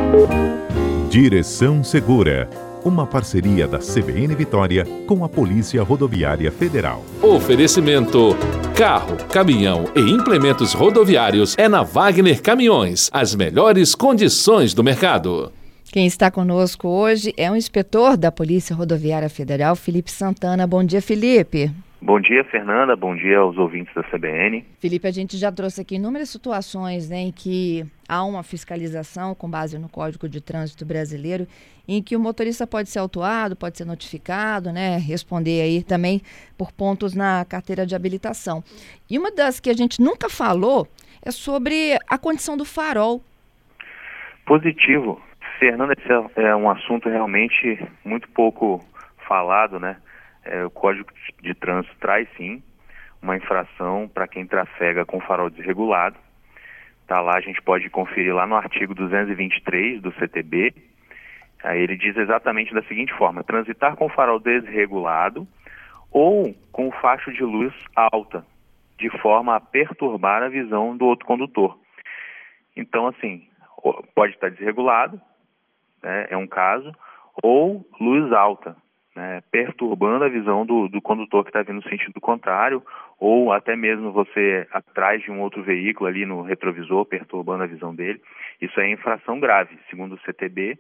Direção Segura, uma parceria da CBN Vitória com a Polícia Rodoviária Federal. Oferecimento: carro, caminhão e implementos rodoviários é na Wagner Caminhões, as melhores condições do mercado. Quem está conosco hoje é o inspetor da Polícia Rodoviária Federal, Felipe Santana. Bom dia, Felipe. Bom dia, Fernanda. Bom dia aos ouvintes da CBN. Felipe, a gente já trouxe aqui inúmeras situações, né, em que há uma fiscalização com base no Código de Trânsito Brasileiro, em que o motorista pode ser autuado, pode ser notificado, né, responder aí também por pontos na carteira de habilitação. E uma das que a gente nunca falou é sobre a condição do farol. Positivo. Fernanda, esse é um assunto realmente muito pouco falado, né? O Código de Trânsito traz, sim, uma infração para quem trafega com farol desregulado. Tá lá, a gente pode conferir lá no artigo 223 do CTB. Aí ele diz exatamente da seguinte forma: transitar com farol desregulado ou com facho de luz alta, de forma a perturbar a visão do outro condutor. Então, assim, pode estar desregulado, né, é um caso, ou luz alta, né, perturbando a visão do condutor que está vindo no sentido contrário, ou até mesmo você atrás de um outro veículo ali no retrovisor, perturbando a visão dele. Isso é infração grave, segundo o CTB.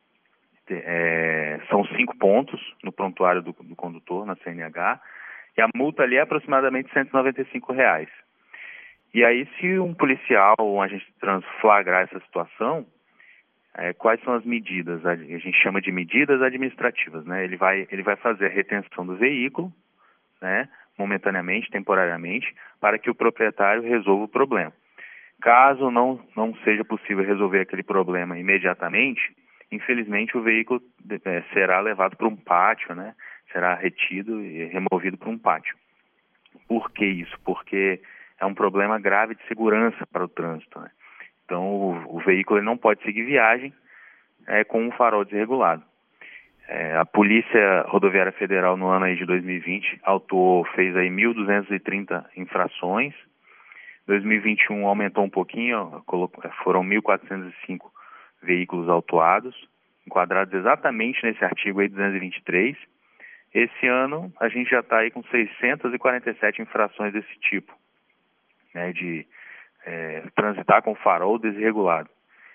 São 5 pontos no prontuário do condutor, na CNH, e a multa ali é aproximadamente R$ 195. E aí, se um policial ou um agente de trânsito flagrar essa situação, quais são as medidas? A gente chama de medidas administrativas, né? Ele vai fazer a retenção do veículo, né, momentaneamente, temporariamente, para que o proprietário resolva o problema. Caso não seja possível resolver aquele problema imediatamente, infelizmente o veículo será levado para um pátio, né? Será retido e removido para um pátio. Por que isso? Porque é um problema grave de segurança para o trânsito, né? Então, o veículo ele não pode seguir viagem com um farol desregulado. A Polícia Rodoviária Federal, no ano aí de 2020, fez aí 1.230 infrações. 2021 aumentou um pouquinho, foram 1.405 veículos autuados, enquadrados exatamente nesse artigo aí 223. Esse ano, a gente já está aí com 647 infrações desse tipo, né, de transitar com farol desregulado.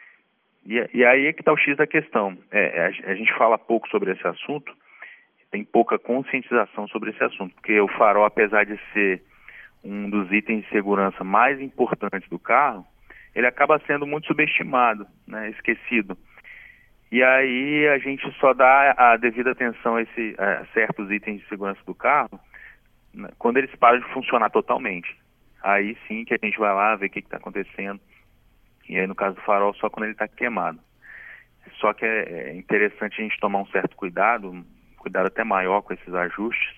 E aí é que está o X da questão. A gente fala pouco sobre esse assunto, tem pouca conscientização sobre esse assunto, porque o farol, apesar de ser um dos itens de segurança mais importantes do carro, ele acaba sendo muito subestimado, né, esquecido. E aí a gente só dá a devida atenção a certos itens de segurança do carro, né, quando eles param de funcionar totalmente. Aí sim que a gente vai lá ver o que está acontecendo. E aí no caso do farol, só quando ele está queimado. Só que é interessante a gente tomar um certo cuidado até maior com esses ajustes,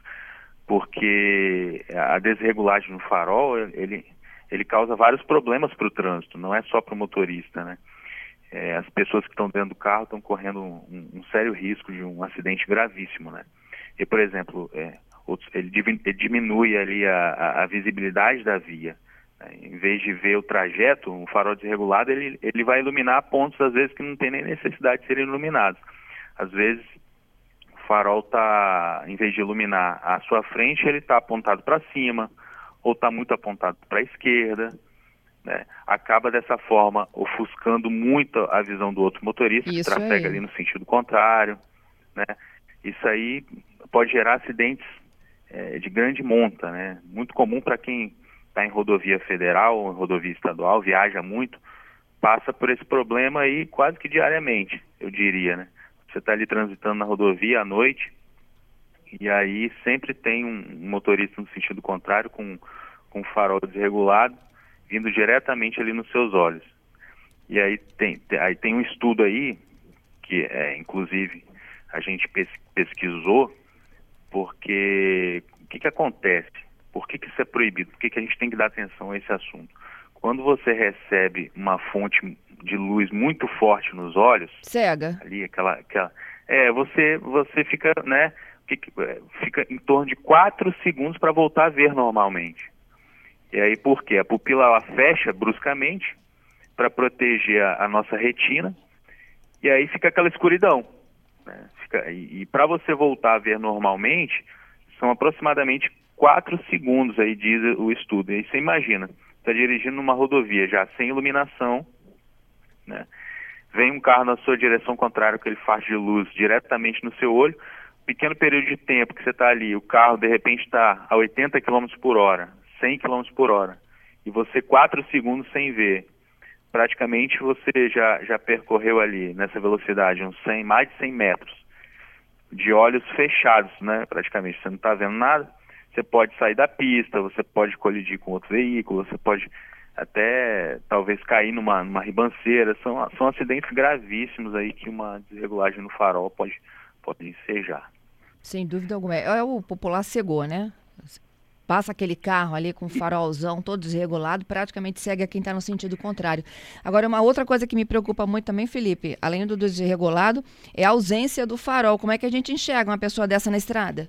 porque a desregulagem no farol, ele causa vários problemas para o trânsito, não é só para o motorista, né? As pessoas que estão dentro do carro estão correndo um sério risco de um acidente gravíssimo, né? E, por exemplo, ele diminui ali a visibilidade da via. Em vez de ver o trajeto, um farol desregulado, ele vai iluminar pontos, às vezes, que não tem nem necessidade de serem iluminados. Às vezes, o farol está, em vez de iluminar a sua frente, ele está apontado para cima, ou está muito apontado para a esquerda, né? Acaba, dessa forma, ofuscando muito a visão do outro motorista, que trafega ali no sentido contrário, né? Isso aí pode gerar acidentes de grande monta, né? Muito comum para quem está em rodovia federal ou em rodovia estadual, viaja muito, passa por esse problema aí quase que diariamente, eu diria, né? Você está ali transitando na rodovia à noite e aí sempre tem um motorista no sentido contrário com farol desregulado vindo diretamente ali nos seus olhos. E aí tem um estudo aí que inclusive a gente pesquisou, porque o que acontece? Por que isso é proibido? Por que a gente tem que dar atenção a esse assunto? Quando você recebe uma fonte de luz muito forte nos olhos, cega. Ali você fica, né, fica em torno de 4 segundos para voltar a ver normalmente. E aí por quê? A pupila ela fecha bruscamente para proteger a nossa retina e aí fica aquela escuridão, né? E para você voltar a ver normalmente, são aproximadamente 4 segundos, aí diz o estudo. E aí você imagina, está dirigindo numa rodovia já sem iluminação, né? Vem um carro na sua direção contrária com aquele faixa de luz diretamente no seu olho, pequeno período de tempo que você está ali, o carro de repente está a 80 km por hora, 100 km por hora, e você 4 segundos sem ver. Praticamente você já percorreu ali, nessa velocidade, mais de 100 metros, de olhos fechados, né? Praticamente, você não está vendo nada, você pode sair da pista, você pode colidir com outro veículo, você pode até talvez cair numa ribanceira. São acidentes gravíssimos aí que uma desregulagem no farol pode ensejar. Sem dúvida alguma. É o popular cegou, né? Passa aquele carro ali com farolzão todo desregulado, praticamente segue a quem está no sentido contrário. Agora, uma outra coisa que me preocupa muito também, Felipe, além do desregulado, é a ausência do farol. Como é que a gente enxerga uma pessoa dessa na estrada?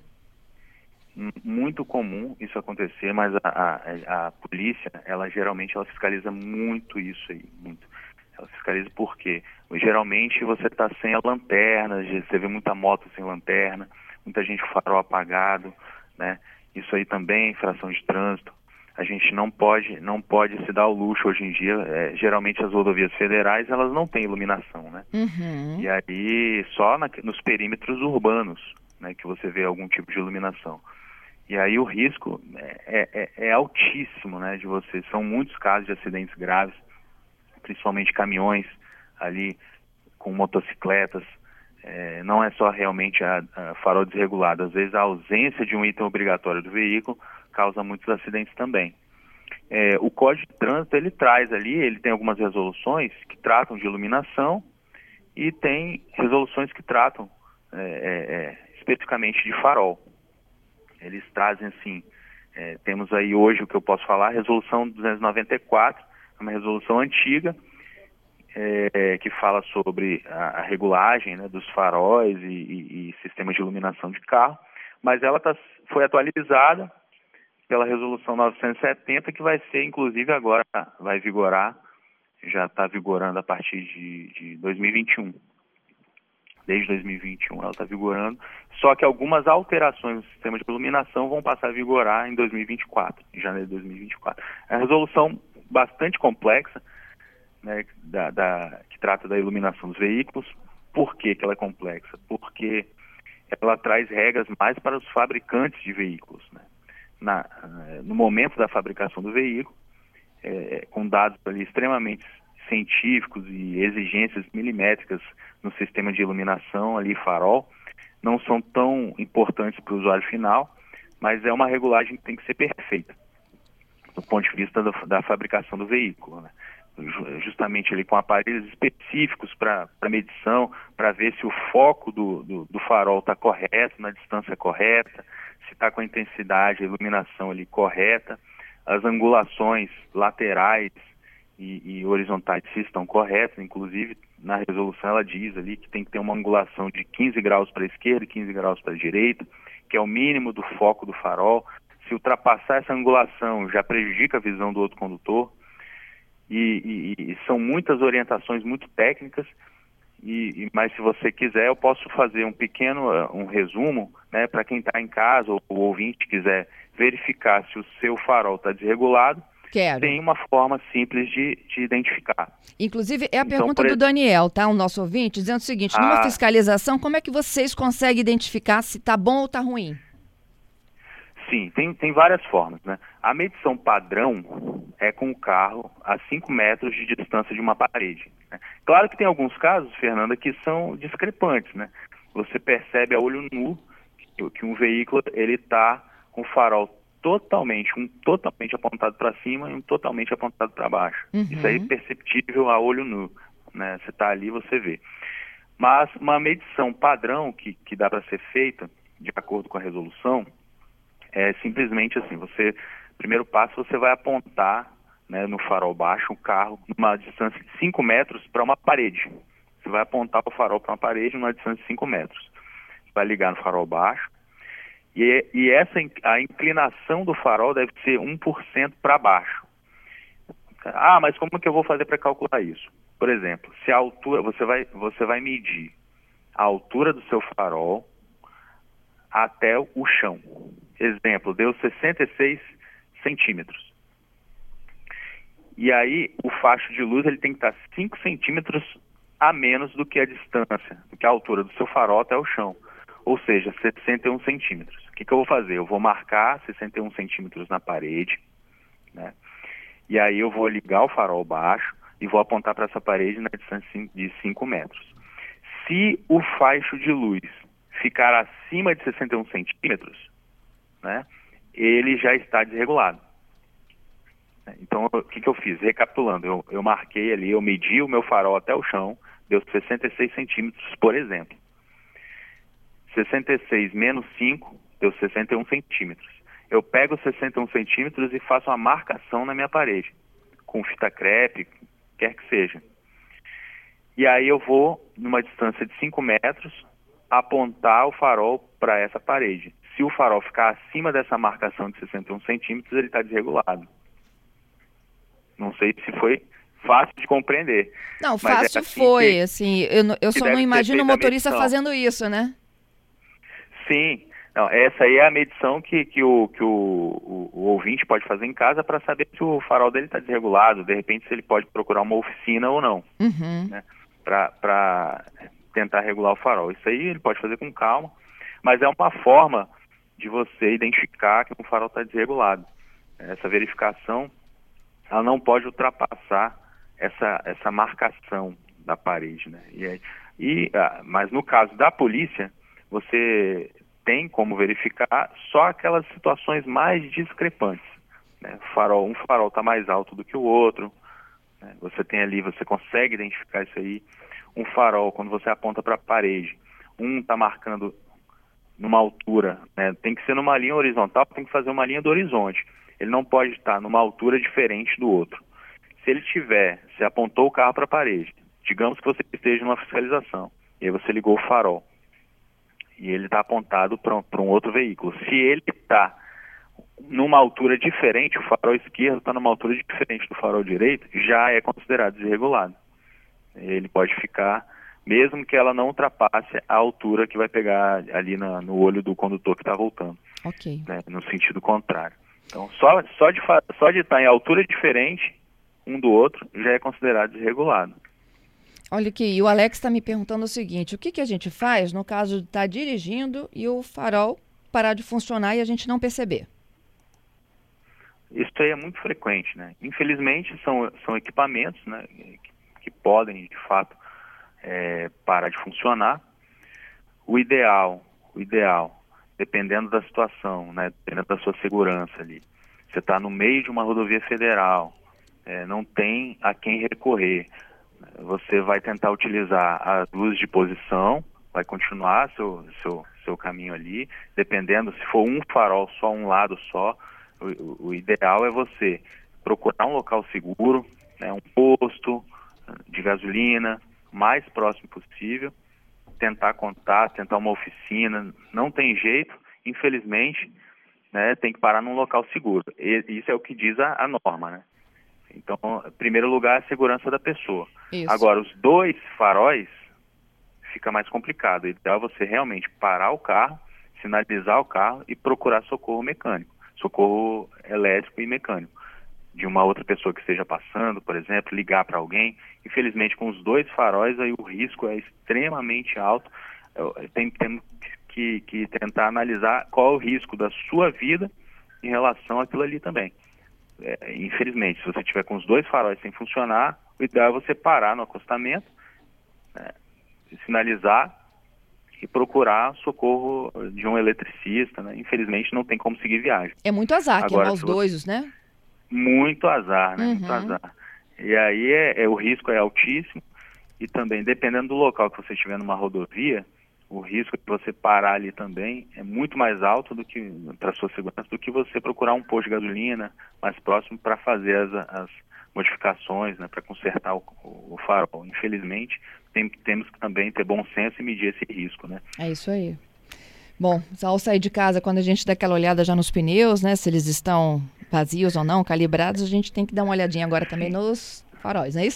Muito comum isso acontecer, mas a polícia, ela geralmente fiscaliza muito isso aí, muito. Ela fiscaliza porque geralmente você está sem a lanterna, você vê muita moto sem lanterna, muita gente com farol apagado, né? Isso aí também é infração de trânsito. A gente não pode se dar o luxo hoje em dia. Geralmente as rodovias federais, elas não têm iluminação, né? Uhum. E aí só nos perímetros urbanos, né, que você vê algum tipo de iluminação. E aí o risco é altíssimo, né, de você. São muitos casos de acidentes graves, principalmente caminhões ali com motocicletas. Não é só realmente a farol desregulado. Às vezes a ausência de um item obrigatório do veículo causa muitos acidentes também. O Código de Trânsito, ele traz ali, ele tem algumas resoluções que tratam de iluminação e tem resoluções que tratam especificamente de farol. Eles trazem assim, temos aí hoje o que eu posso falar, a resolução 294, é uma resolução antiga, que fala sobre a regulagem, né, dos faróis e sistemas de iluminação de carro, mas ela foi atualizada pela resolução 970, que vai ser, inclusive, agora, vai vigorar, já está vigorando a partir de 2021. Desde 2021 ela está vigorando, só que algumas alterações no sistema de iluminação vão passar a vigorar em 2024, em janeiro de 2024. É uma resolução bastante complexa, né, que trata da iluminação dos veículos. Por que ela é complexa? Porque ela traz regras mais para os fabricantes de veículos, né? No momento da fabricação do veículo, com dados ali extremamente científicos e exigências milimétricas no sistema de iluminação, ali farol, não são tão importantes para o usuário final, mas é uma regulagem que tem que ser perfeita do ponto de vista da fabricação do veículo, né? Justamente ali com aparelhos específicos para medição, para ver se o foco do farol está correto, na distância correta, se está com a intensidade, a iluminação ali correta, as angulações laterais e horizontais se estão corretas. Inclusive na resolução ela diz ali que tem que ter uma angulação de 15 graus para a esquerda e 15 graus para a direita, que é o mínimo do foco do farol. Se ultrapassar essa angulação já prejudica a visão do outro condutor. E são muitas orientações muito técnicas, mas se você quiser eu posso fazer um resumo, né, para quem está em casa ou o ouvinte quiser verificar se o seu farol está desregulado. Quero. Tem uma forma simples de identificar. Inclusive, é a pergunta do Daniel, tá? O nosso ouvinte, dizendo o seguinte: numa fiscalização, como é que vocês conseguem identificar se está bom ou está ruim? Sim, tem várias formas, né? A medição padrão é com o carro a 5 metros de distância de uma parede, né? Claro que tem alguns casos, Fernanda, que são discrepantes, né? Você percebe a olho nu que um veículo ele está com o farol um totalmente apontado para cima e um totalmente apontado para baixo. Uhum. Isso aí é perceptível a olho nu, né? Você está ali, você vê. Mas uma medição padrão que dá para ser feita, de acordo com a resolução, é simplesmente assim: primeiro passo, você vai apontar, né, no farol baixo o carro numa distância de 5 metros para uma parede. Você vai apontar o farol para uma parede numa distância de 5 metros. Vai ligar no farol baixo. E a inclinação do farol deve ser 1% para baixo. Mas como que eu vou fazer para calcular isso? Por exemplo, se a altura, você vai medir a altura do seu farol até o chão. Exemplo, deu 66 centímetros. E aí, o facho de luz ele tem que estar 5 centímetros a menos do que a distância, do que a altura do seu farol até o chão. Ou seja, 61 centímetros. O que eu vou fazer? Eu vou marcar 61 centímetros na parede, né? E aí eu vou ligar o farol baixo e vou apontar para essa parede na distância de 5 metros. Se o facho de luz ficar acima de 61 centímetros, né, ele já está desregulado. Então, o que eu fiz? Recapitulando, eu marquei ali, eu medi o meu farol até o chão, deu 66 centímetros, por exemplo. 66 menos 5, deu 61 centímetros. Eu pego 61 centímetros e faço uma marcação na minha parede, com fita crepe, quer que seja. E aí eu vou, numa distância de 5 metros, apontar o farol para essa parede. Se o farol ficar acima dessa marcação de 61 centímetros, ele está desregulado. Não sei se foi fácil de compreender. Não, fácil assim foi, assim, eu só não imagino o motorista fazendo isso, né? Sim, não, essa aí é a medição que o ouvinte pode fazer em casa para saber se o farol dele está desregulado, de repente se ele pode procurar uma oficina ou não, né, para tentar regular o farol. Isso aí ele pode fazer com calma, mas é uma forma de você identificar que o farol está desregulado. Essa verificação, ela não pode ultrapassar essa marcação da parede, né? Mas no caso da polícia, você tem como verificar só aquelas situações mais discrepantes, né? Um farol está mais alto do que o outro, né? Você consegue identificar isso aí. Um farol, quando você aponta para a parede, um está marcando numa altura, né? Tem que ser numa linha horizontal, tem que fazer uma linha do horizonte. Ele não pode estar numa altura diferente do outro. Se ele você apontou o carro para a parede, digamos que você esteja numa fiscalização, e aí você ligou o farol, e ele está apontado para um outro veículo. Se ele está numa altura diferente, o farol esquerdo está numa altura diferente do farol direito, já é considerado desregulado. Ele pode ficar, mesmo que ela não ultrapasse a altura que vai pegar ali no olho do condutor que está voltando, né, no sentido contrário. Então, só de estar em altura diferente um do outro, já é considerado desregulado. Olha aqui, o Alex está me perguntando o seguinte: o que a gente faz no caso de estar dirigindo e o farol parar de funcionar e a gente não perceber? Isso aí é muito frequente, né? Infelizmente, são equipamentos, né, que podem, de fato, parar de funcionar. O ideal, dependendo da situação, né, dependendo da sua segurança ali, você está no meio de uma rodovia federal, não tem a quem recorrer. Você vai tentar utilizar a luz de posição, vai continuar seu caminho ali, dependendo, se for um farol só, um lado só, o ideal é você procurar um local seguro, né, um posto de gasolina, mais próximo possível, tentar uma oficina, não tem jeito, infelizmente, né, tem que parar num local seguro. Isso é o que diz a norma, né? Então, em primeiro lugar, a segurança da pessoa. Isso. Agora, os 2 faróis, fica mais complicado. O ideal é você realmente parar o carro, sinalizar o carro e procurar socorro mecânico, socorro elétrico e mecânico, de uma outra pessoa que esteja passando, por exemplo, ligar para alguém. Infelizmente, com os 2 faróis, aí o risco é extremamente alto. Temos que tentar analisar qual é o risco da sua vida em relação àquilo ali também. Infelizmente, se você tiver com os 2 faróis sem funcionar, o ideal é você parar no acostamento, né, sinalizar e procurar socorro de um eletricista, né? Infelizmente, não tem como seguir viagem. É muito azar queimar os 2, né? Muito azar, né? Muito azar. E aí o risco é altíssimo, e também, dependendo do local que você estiver numa rodovia, o risco de você parar ali também é muito mais alto do que, para sua segurança, do que você procurar um posto de gasolina mais próximo para fazer as modificações, né, para consertar o farol. Infelizmente, temos que também ter bom senso e medir esse risco, né? É isso aí. Bom, ao sair de casa, quando a gente dá aquela olhada já nos pneus, né, se eles estão vazios ou não, calibrados, a gente tem que dar uma olhadinha agora também nos faróis, não é isso?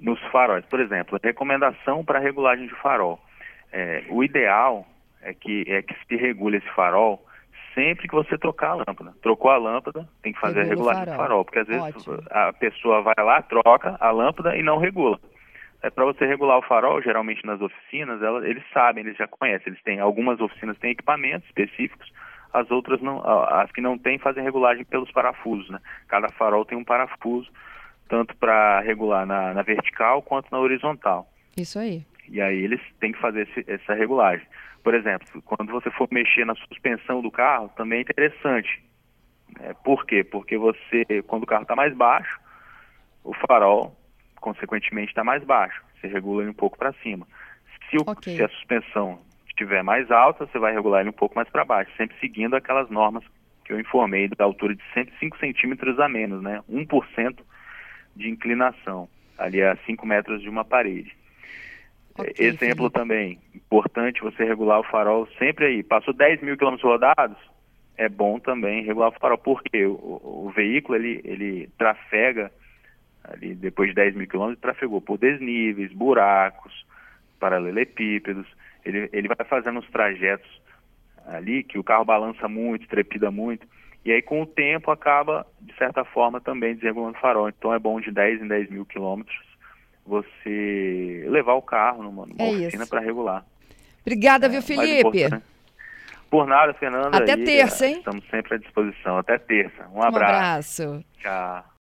nos faróis. Por exemplo, recomendação para regulagem de farol. O ideal é que se regule esse farol sempre que você trocar a lâmpada. Trocou a lâmpada, tem que fazer a regulagem do farol, porque às vezes a pessoa vai lá, troca a lâmpada e não regula. Para você regular o farol, geralmente nas oficinas, eles sabem, eles já conhecem, algumas oficinas têm equipamentos específicos, as outras não, as que não têm fazem regulagem pelos parafusos, né? Cada farol tem um parafuso, tanto para regular na vertical quanto na horizontal. Isso aí. E aí eles têm que fazer essa regulagem. Por exemplo, quando você for mexer na suspensão do carro, também é interessante. Por quê? Porque quando o carro está mais baixo, o farol, consequentemente, está mais baixo. Você regula ele um pouco para cima. Se a suspensão estiver mais alta, você vai regular ele um pouco mais para baixo, sempre seguindo aquelas normas que eu informei da altura de 105 centímetros a menos, né? 1% de inclinação, ali a 5 metros de uma parede. Exemplo também, importante você regular o farol sempre aí. Passou 10 mil quilômetros rodados, é bom também regular o farol, porque o veículo ele trafega, ali depois de 10 mil quilômetros, trafegou por desníveis, buracos, paralelepípedos. Ele vai fazendo os trajetos ali que o carro balança muito, trepida muito, e aí com o tempo acaba, de certa forma, também desregulando o farol. Então é bom de 10 em 10 mil quilômetros você levar o carro numa oficina para regular. Obrigada, viu, Felipe? Por nada, Fernanda. Até terça, hein? Estamos sempre à disposição. Até terça. Um abraço. Um abraço. Tchau.